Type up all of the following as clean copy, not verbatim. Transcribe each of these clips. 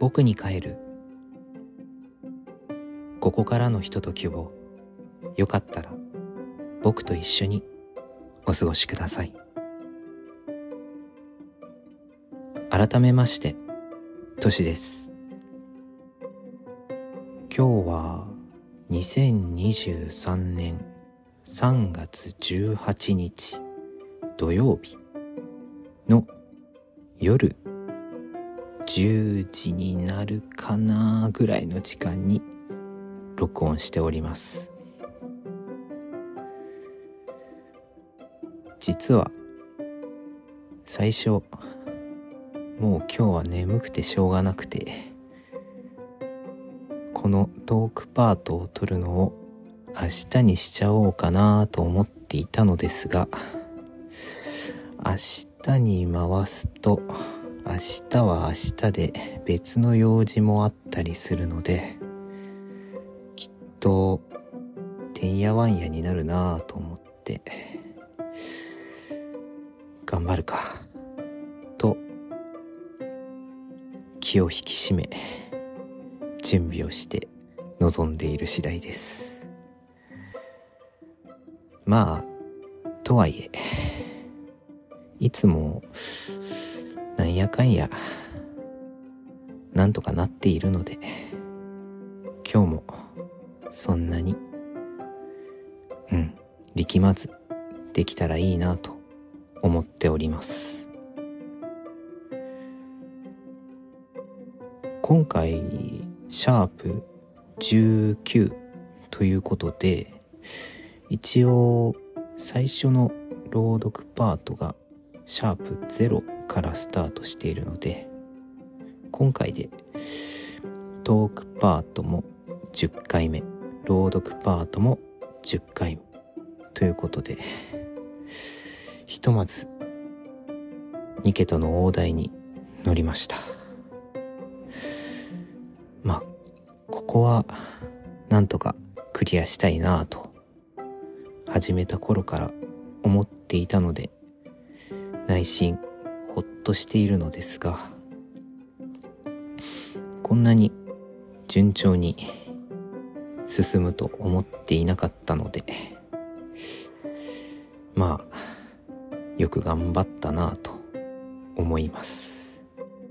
僕に帰る。ここからのひとときをよかったら僕と一緒にお過ごしください。改めましてトシです。今日は2023年3月18日土曜日の夜10時になるかなぐらいの時間に録音しております。実は最初もう今日は眠くてしょうがなくて、このトークパートを撮るのを明日にしちゃおうかなと思っていたのですが、明日に回すと明日は明日で別の用事もあったりするので、きっとてんやわんやになるなぁと思って頑張るかと気を引き締め準備をして臨んでいる次第です。まあとはいえいつもなんやかんやなんとかなっているので、今日もそんなに力まずできたらいいなと思っております。今回シャープ19ということで、一応最初の朗読パートがシャープ0からスタートしているので、今回でトークパートも10回目、朗読パートも10回目ということで、ひとまずニケとの大台に乗りました。まあここはなんとかクリアしたいなぁと始めた頃から思っていたので、内心ほっとしているのですが、こんなに順調に進むと思っていなかったので、まあよく頑張ったなぁと思います。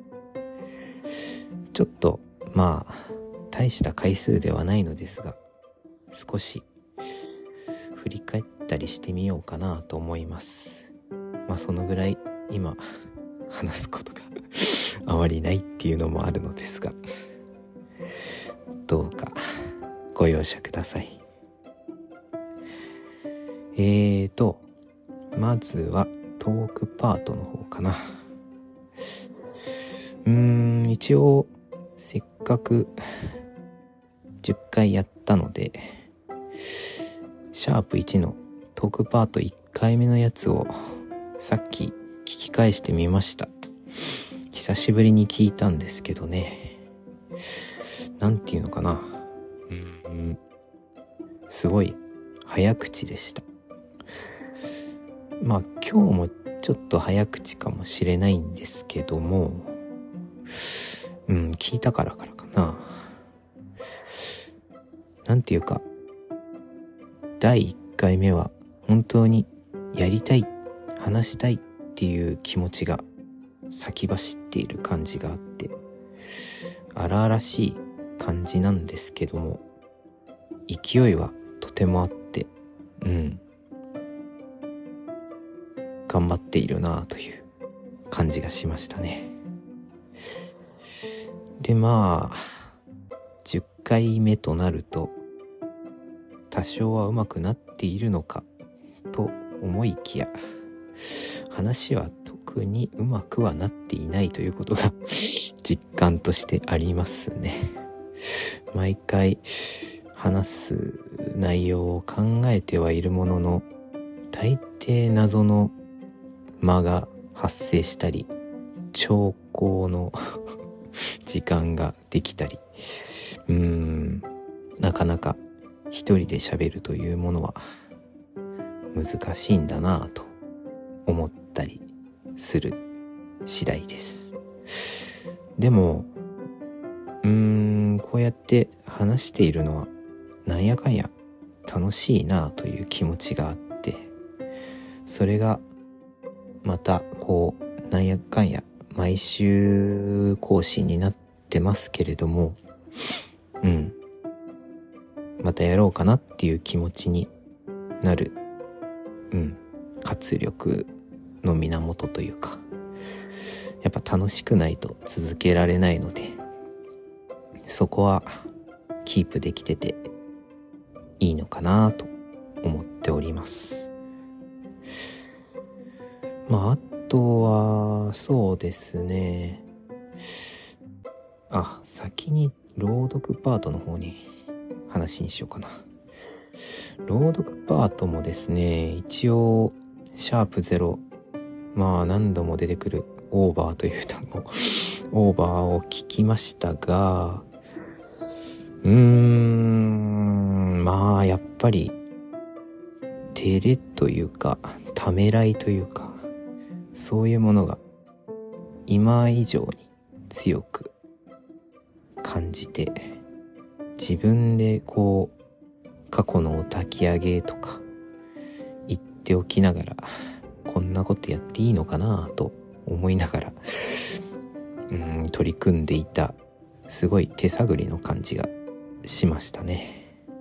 ちょっとまあ大した回数ではないのですが、少し振り返ったりしてみようかなと思います。まあそのぐらい今話すことがあまりないっていうのもあるのですが、どうかご容赦ください。まずはトークパートの方かな。一応せっかく10回やったので、シャープ1のトークパート1回目のやつをさっき聞き返してみました。久しぶりに聞いたんですけどね、なんていうのかな、すごい早口でした。まあ今日もちょっと早口かもしれないんですけども、聞いたからかな。なんていうか、第1回目は本当にやりたい、話したいっていう気持ちが先走っている感じがあって、荒々しい感じなんですけども、勢いはとてもあって、頑張っているなという感じがしましたね。でまあ10回目となると多少は上手くなっているのかと思いきや、話は特に上手くはなっていないということが実感としてありますね。毎回話す内容を考えてはいるものの、大抵謎の間が発生したり、長考の時間ができたり、なかなか一人で喋るというものは難しいんだなぁと思ったりする次第です。でもこうやって話しているのはなんやかんや楽しいなという気持ちがあって、それがまたこうなんやかんや毎週更新になってますけれども、またやろうかなっていう気持ちになる、活力の源というか、やっぱ楽しくないと続けられないので、そこはキープできてていいのかなと思っております。あとはそうですね、先に朗読パートの方に話にしようかな。朗読パートもですね、一応シャープ0、何度も出てくるオーバーという単語オーバーを聞きましたが、やっぱり照れというかためらいというか、そういうものが今以上に強く感じて、自分でこう過去のを焚き上げとか言っておきながら、こんなことやっていいのかなと思いながら取り組んでいた、すごい手探りの感じがしましたね。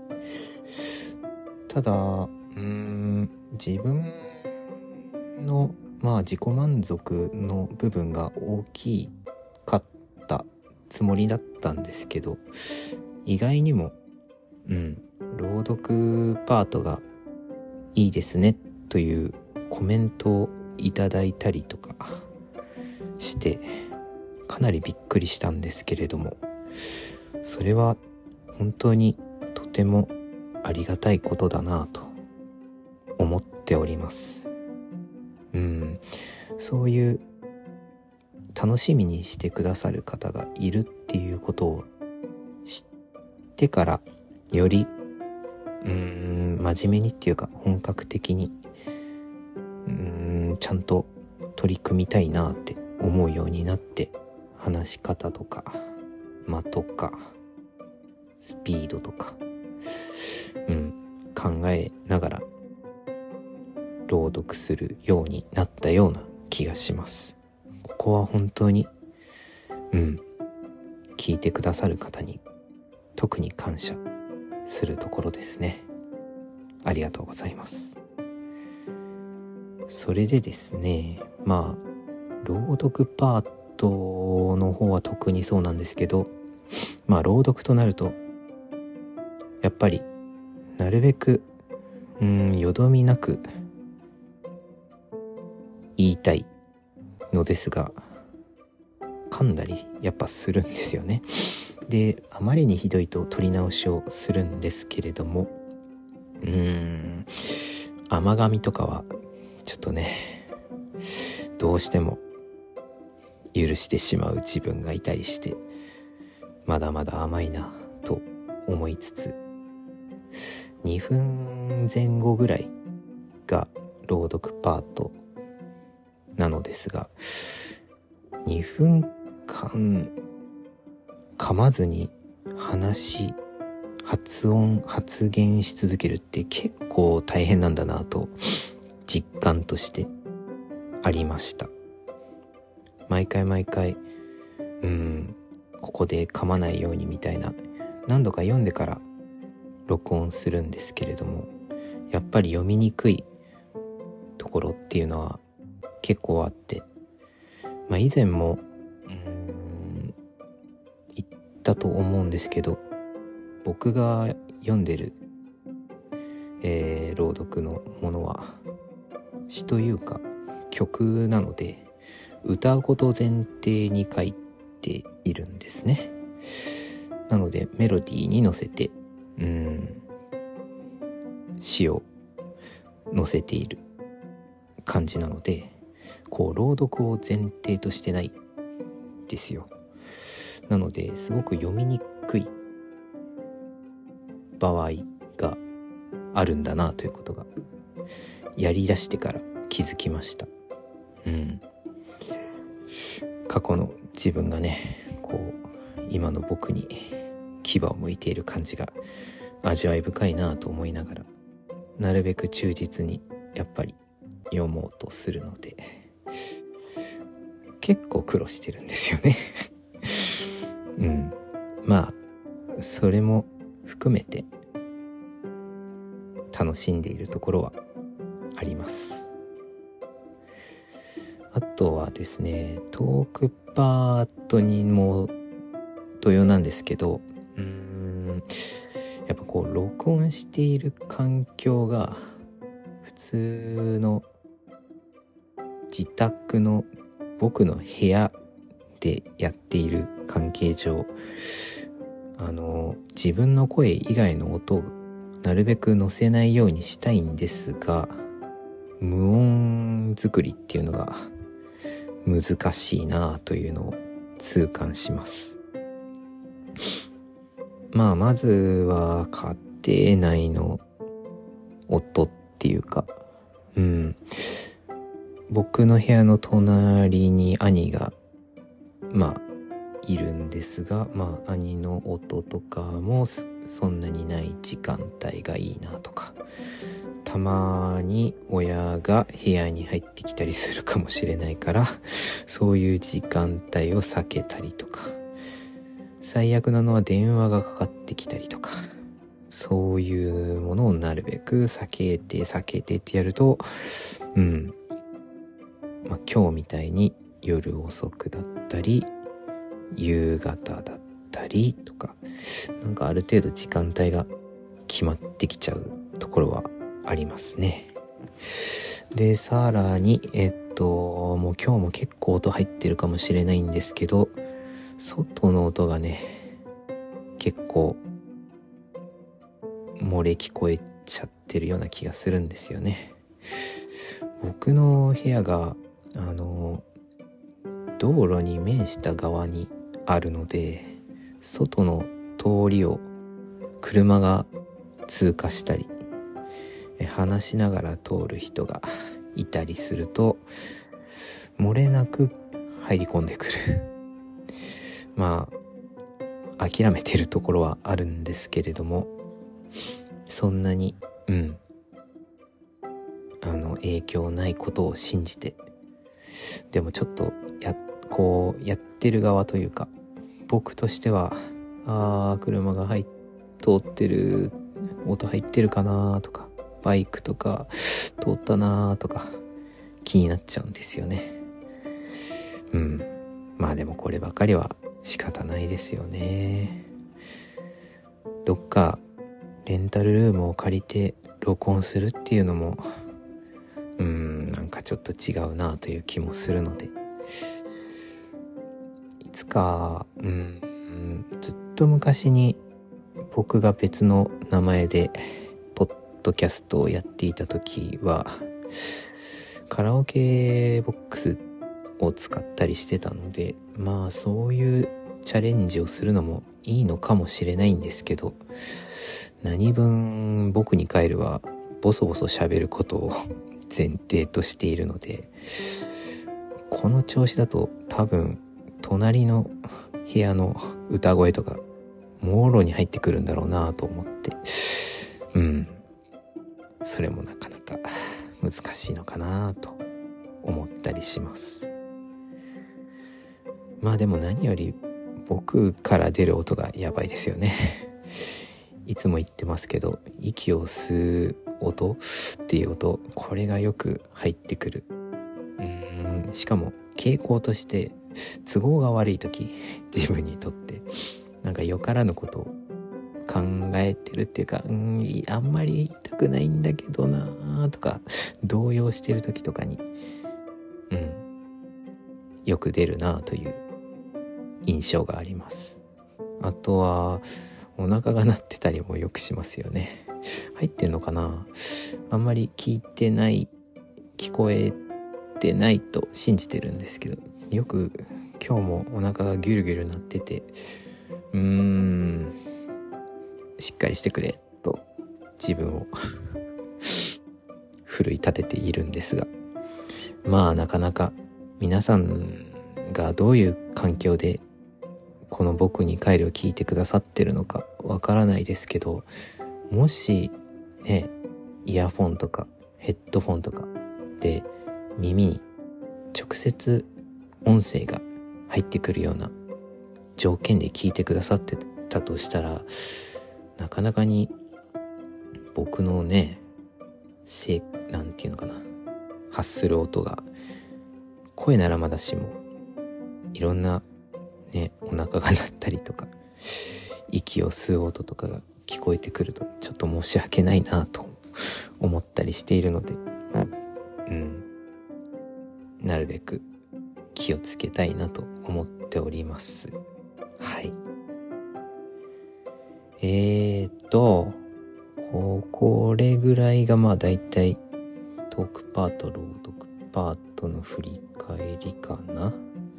ただ自分の自己満足の部分が大きかったつもりだったんですけど、意外にも朗読パートがいいですねというコメントをいただいたりとかして、かなりびっくりしたんですけれども、それは本当にとてもありがたいことだなと思っております。そういう楽しみにしてくださる方がいるっていうことを知ってから、より真面目にっていうか本格的にちゃんと取り組みたいなって思うようになって、話し方とか間とかスピードとか考えながら朗読するようになったような気がします。ここは本当に聞いてくださる方に特に感謝するところですね。ありがとうございます。それでですね、朗読パートの方は特にそうなんですけど、朗読となるとやっぱりなるべくよどみなく言いたいのですが、噛んだりやっぱするんですよね。で、あまりにひどいと撮り直しをするんですけれども、甘噛みとかはちょっとね、どうしても許してしまう自分がいたりして、まだまだ甘いなと思いつつ、2分前後ぐらいが朗読パートなのですが、2分間噛まずに発言し続けるって結構大変なんだなと実感としてありました。毎回ここで噛まないようにみたいな、何度か読んでから録音するんですけれども、やっぱり読みにくいところっていうのは結構あって、以前も言ったと思うんですけど、僕が読んでる、朗読のものは詩というか曲なので、歌うことを前提に書いているんですね。なのでメロディーに乗せて詩を乗せている感じなので、こう朗読を前提としてないですよ。なのですごく読みにくい場合があるんだなということがやりだしてから気づきました。過去の自分がね、こう今の僕に牙を向いている感じが味わい深いなと思いながら、なるべく忠実にやっぱり読もうとするので、結構苦労してるんですよねまあそれも含めて楽しんでいるところはあります。あとはですね、トークパートにも同様なんですけど、やっぱこう録音している環境が普通の自宅の僕の部屋でやっている関係上、自分の声以外の音をなるべく載せないようにしたいんですが、無音作りっていうのが難しいなというのを痛感します。まずは家庭内の音っていうか、僕の部屋の隣に兄がいるんですが、兄の音とかもそんなにない時間帯がいいなとか、たまに親が部屋に入ってきたりするかもしれないから、そういう時間帯を避けたりとか、最悪なのは電話がかかってきたりとか、そういうものをなるべく避けてってやると、今日みたいに夜遅くだったり夕方だったりとか、なんかある程度時間帯が決まってきちゃうところはありますね。で、さらにもう今日も結構音入ってるかもしれないんですけど、外の音がね結構漏れ聞こえちゃってるような気がするんですよね。僕の部屋が道路に面した側にあるので、外の通りを車が通過したり話しながら通る人がいたりすると漏れなく入り込んでくる諦めてるところはあるんですけれども、そんなに影響ないことを信じて、でもちょっとやってる側というか、僕としては車が通ってる音入ってるかなとか、バイクとか通ったなとか気になっちゃうんですよね。でもこればかりは仕方ないですよね。どっかレンタルルームを借りて録音するっていうのもなんかちょっと違うなという気もするので、いつかずっと昔に僕が別の名前でポッドキャストをやっていた時はカラオケボックスを使ったりしてたので、そういうチャレンジをするのもいいのかもしれないんですけど、何分僕に帰るはボソボソ喋ることを前提としているので、この調子だと多分隣の部屋の歌声とかもろに入ってくるんだろうなと思って、それもなかなか難しいのかなと思ったりします。でも何より僕から出る音がやばいですよねいつも言ってますけど、息を吸う音っていう音、これがよく入ってくる。しかも傾向として都合が悪い時、自分にとってなんかよからぬことを考えてるっていうか、あんまり言いたくないんだけどなとか動揺してる時とかによく出るなという印象があります。あとはお腹が鳴ってたりもよくしますよね。入ってんのかな、あんまり聞こえてないと信じてるんですけど、よく今日もお腹がギュルギュル鳴ってて、しっかりしてくれと自分を奮い立てているんですが、なかなか皆さんがどういう環境でこの僕に帰るを聞いてくださってるのかわからないですけど、もしね、イヤフォンとかヘッドフォンとかで耳に直接音声が入ってくるような条件で聞いてくださってたとしたら、なかなかに僕のね、なんていうのかな、発する音が、声ならまだしもいろんなね、お腹が鳴ったりとか息を吸う音とかが聞こえてくるとちょっと申し訳ないなと思ったりしているので、なるべく気をつけたいなと思っております。はい。これぐらいがだいたいトークパート、朗読パートの振り返りかな。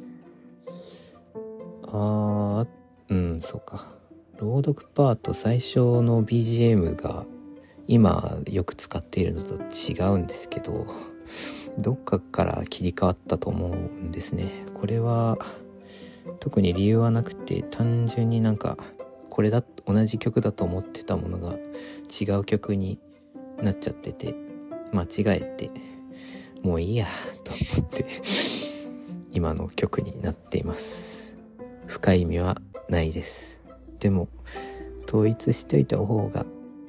そうか。朗読パート最初の BGM が今よく使っているのと違うんですけど、どっかから切り替わったと思うんですね。これは特に理由はなくて、単純にこれ同じ曲だと思ってたものが違う曲になっちゃってて、間違えてもういいやと思って今の曲になっています。深い意味はないです。でも統一しといた方が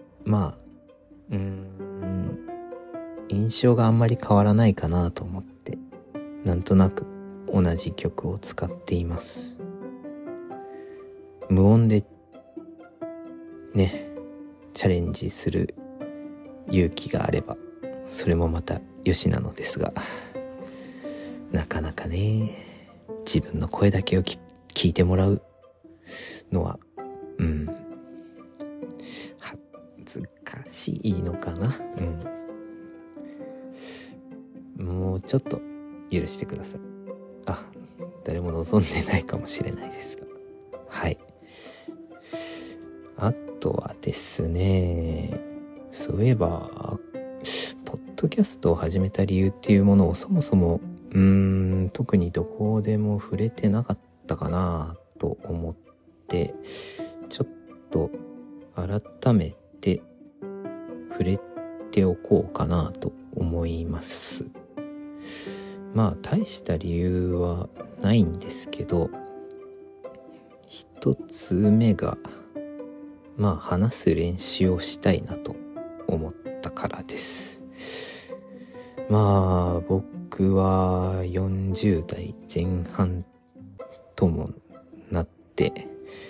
印象があんまり変わらないかなと思って、なんとなく同じ曲を使っています。無音でね、チャレンジする勇気があればそれもまた良しなのですが、なかなかね、自分の声だけを聞いてもらうのは恥ずかしいのかな。もうちょっと許してください。誰も望んでないかもしれないですが、はい。あとはですね、そういえばポッドキャストを始めた理由っていうものをそもそも特にどこでも触れてなかったかなと思って、ちょっと改めて触れておこうかなと思います。大した理由はないんですけど、一つ目が話す練習をしたいなと思ったからです。僕は40代前半ともなって、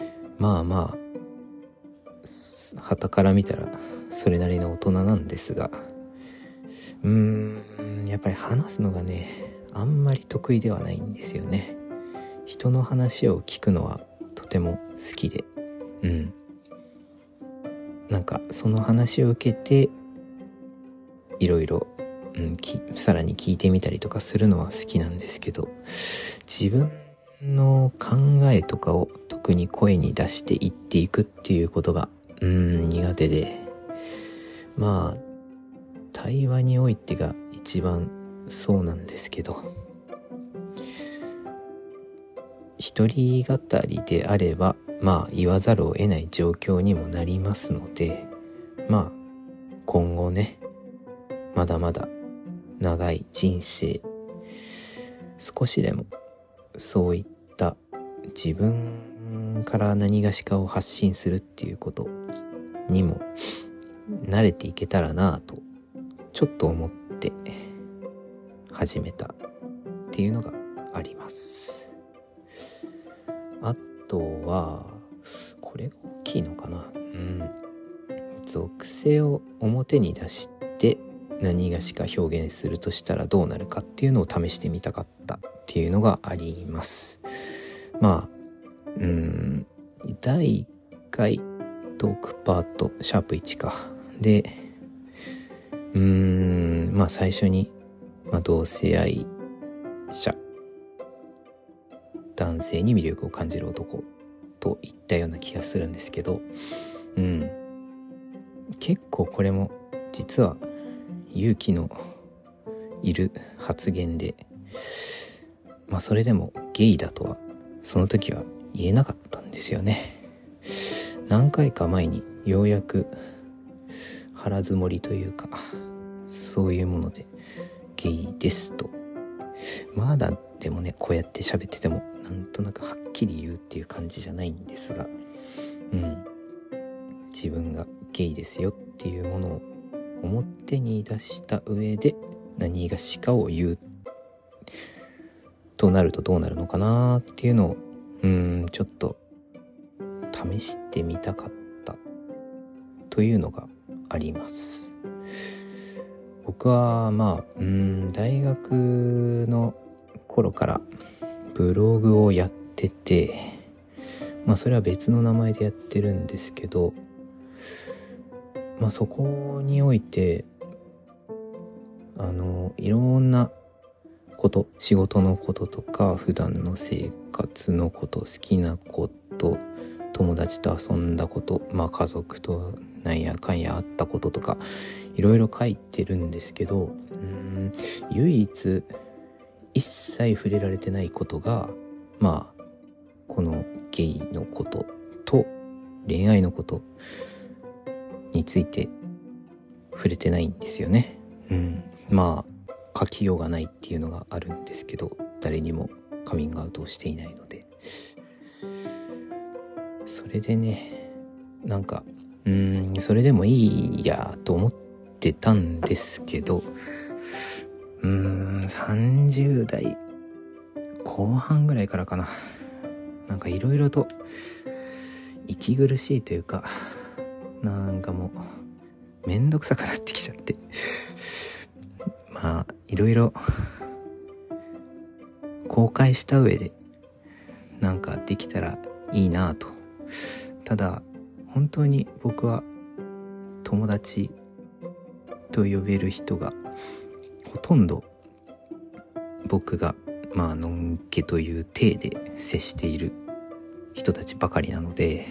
傍から見たらそれなりの大人なんですが、やっぱり話すのがね、あんまり得意ではないんですよね。人の話を聞くのはとても好きで、その話を受けていろいろさらに聞いてみたりとかするのは好きなんですけど、自分の考えとかを特に声に出して言っていくっていうことが苦手で、対話においてが一番そうなんですけど、一人語りであれば言わざるを得ない状況にもなりますので、今後ね、まだまだ長い人生、少しでもそういった自分から何がしかを発信するっていうことにも慣れていけたらなぁとちょっと思って始めたっていうのがあります。あとはこれが大きいのかな。属性を表に出して何がしか表現するとしたらどうなるかっていうのを試してみたかったっていうのがあります。第1回トークパートシャープ1かで最初に、同性愛者、男性に魅力を感じる男といったような気がするんですけど、結構これも実は勇気のいる発言で、それでもゲイだとはその時は言えなかったんですよね。何回か前にようやく腹積もりというか、そういうものでゲイですと、まだでもね、こうやって喋っててもなんとなくはっきり言うっていう感じじゃないんですが、自分がゲイですよっていうものを表に出した上で何がしかを言うとなるとどうなるのかなっていうのをちょっと試してみたかったというのがあります。僕は大学の頃からブログをやってて、それは別の名前でやってるんですけど、そこにおいていろんなこと、仕事のこととか普段の生活のこと、好きなこと、友達と遊んだこと、家族となんやかんやあったこととかいろいろ書いてるんですけど、唯一一切触れられてないことがこのゲイのことと恋愛のことについて触れてないんですよね。書きようがないっていうのがあるんですけど、誰にもカミングアウトをしていないので、それでね、それでもいいやと思ってたんですけど、30代後半ぐらいからかな、いろいろと息苦しいというか、もうめんどくさくなってきちゃって、いろいろ公開した上でできたらいいなと。ただ本当に僕は友達と呼べる人がほとんど僕がのんけという体で接している人たちばかりなので、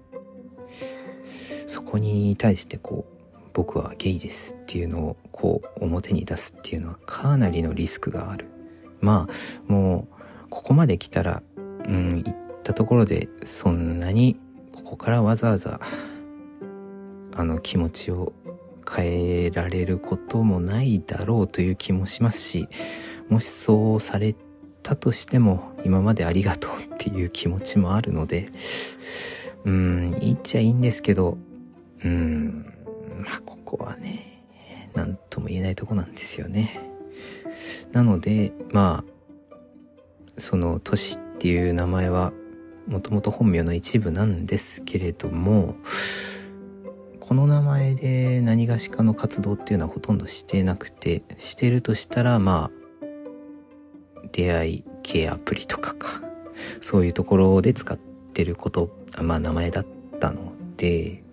そこに対して僕はゲイですっていうのを表に出すっていうのはかなりのリスクがある。もうここまで来たら言ったところでそんなにここからわざわざ気持ちを変えられることもないだろうという気もしますし、もしそうされたとしても今までありがとうっていう気持ちもあるので、いいっちゃいいんですけど、ここはね、なんとも言えないとこなんですよね。なのでそのトシっていう名前はもともと本名の一部なんですけれども、この名前で何がしかの活動っていうのはほとんどしてなくて、してるとしたら出会い系アプリとかそういうところで使ってること、名前だったので、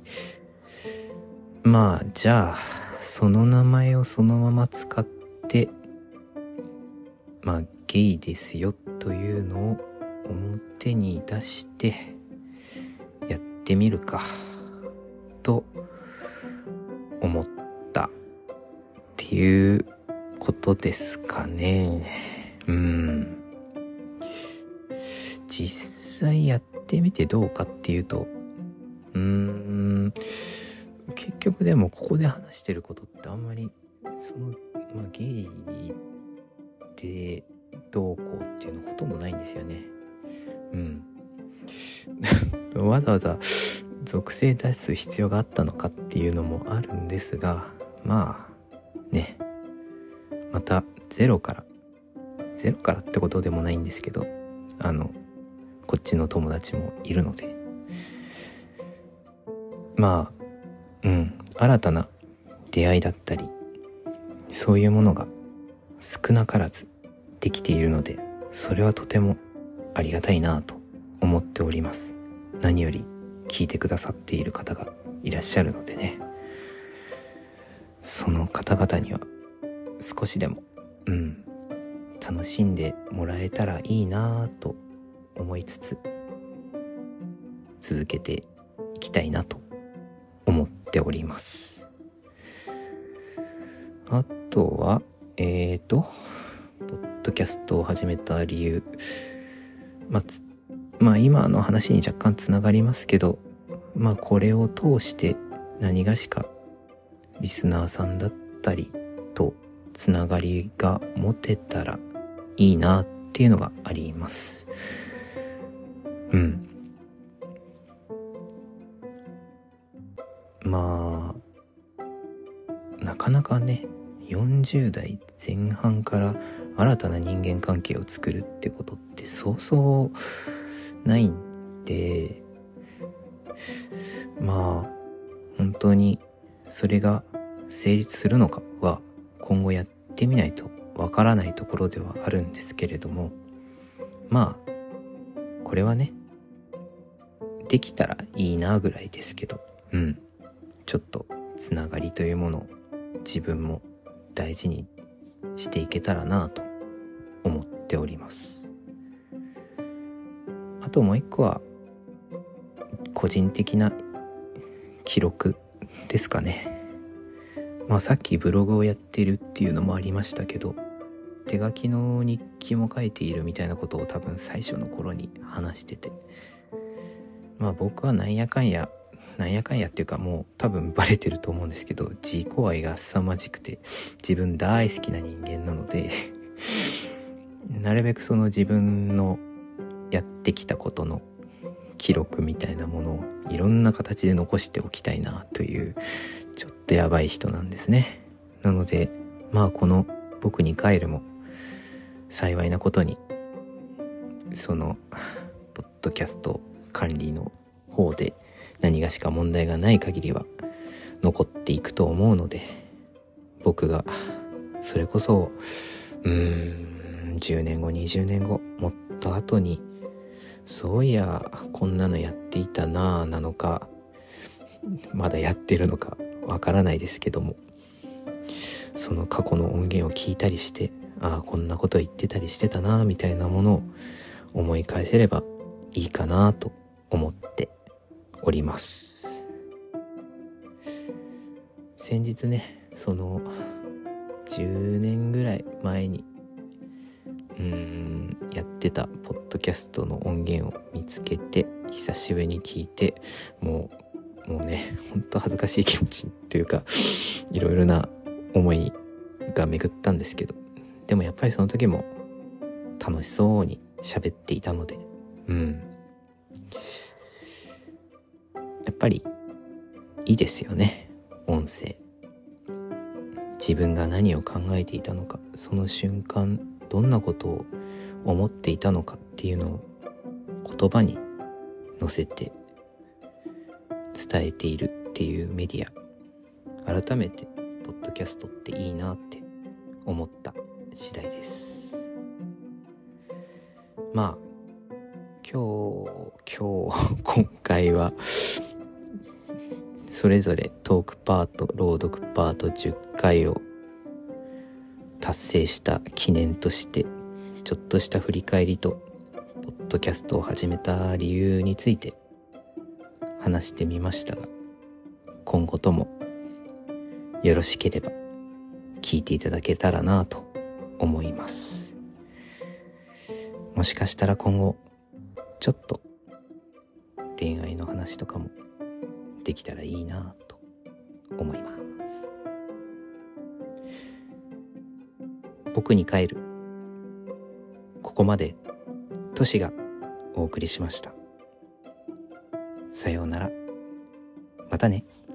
じゃあその名前をそのまま使ってゲイですよというのを表に出してやってみるかと思ったっていうことですかね。実際やってみてどうかっていうと、結局でもここで話してることってあんまりゲイでどうこうっていうのほとんどないんですよね。わざわざ属性出す必要があったのかっていうのもあるんですが、またゼロからってことでもないんですけど、こっちの友達もいるので、新たな出会いだったりそういうものが少なからずできているので、それはとてもありがたいなと思っております。何より聞いてくださっている方がいらっしゃるのでね、その方々には少しでも楽しんでもらえたらいいなと思いつつ続けていきたいなと思っております。あとはポッドキャストを始めた理由、 今の話に若干つながりますけど、これを通して何がしかリスナーさんだったりとつながりが持てたらいいなっていうのがあります。なかなかね、40代前半から新たな人間関係を作るってことってそうそうないんで、本当にそれが成立するのかは今後やってみないとわからないところではあるんですけれども、これはね、できたらいいなぐらいですけど、ちょっとつながりというものを自分も大事にしていけたらなと思っております。あともう一個は個人的な記録ですかね。さっきブログをやってるっていうのもありましたけど、手書きの日記も書いているみたいなことを多分最初の頃に話してて、僕はなんやかんやっていうか、もう多分バレてると思うんですけど、自己愛が凄まじくて自分大好きな人間なのでなるべくその自分のやってきたことの記録みたいなものをいろんな形で残しておきたいなというちょっとやばい人なんですね。なのでこの僕に帰るも幸いなことにそのポッドキャスト管理の方で何がしか問題がない限りは残っていくと思うので、僕がそれこそ10年後20年後もっと後にそういやこんなのやっていたななのか、まだやってるのかわからないですけども、その過去の音源を聞いたりして、こんなこと言ってたりしてたなみたいなものを思い返せればいいかなと思っております。先日ね、その10年ぐらい前にやってたポッドキャストの音源を見つけて久しぶりに聞いて、もうね、ほんと恥ずかしい気持ちというかいろいろな思いが巡ったんですけど、でもやっぱりその時も楽しそうに喋っていたので、やっぱりいいですよね、音声。自分が何を考えていたのか、その瞬間どんなことを思っていたのかっていうのを言葉に乗せて伝えているっていうメディア、改めてポッドキャストっていいなって思った次第です。今回はそれぞれトークパート、朗読パート10回を達成した記念として、ちょっとした振り返りとポッドキャストを始めた理由について話してみましたが、今後ともよろしければ聞いていただけたらなと思います。もしかしたら今後ちょっと恋愛の話とかもできたらいいなと思います。僕に帰る。ここまでトシがお送りしました。さようなら。またね。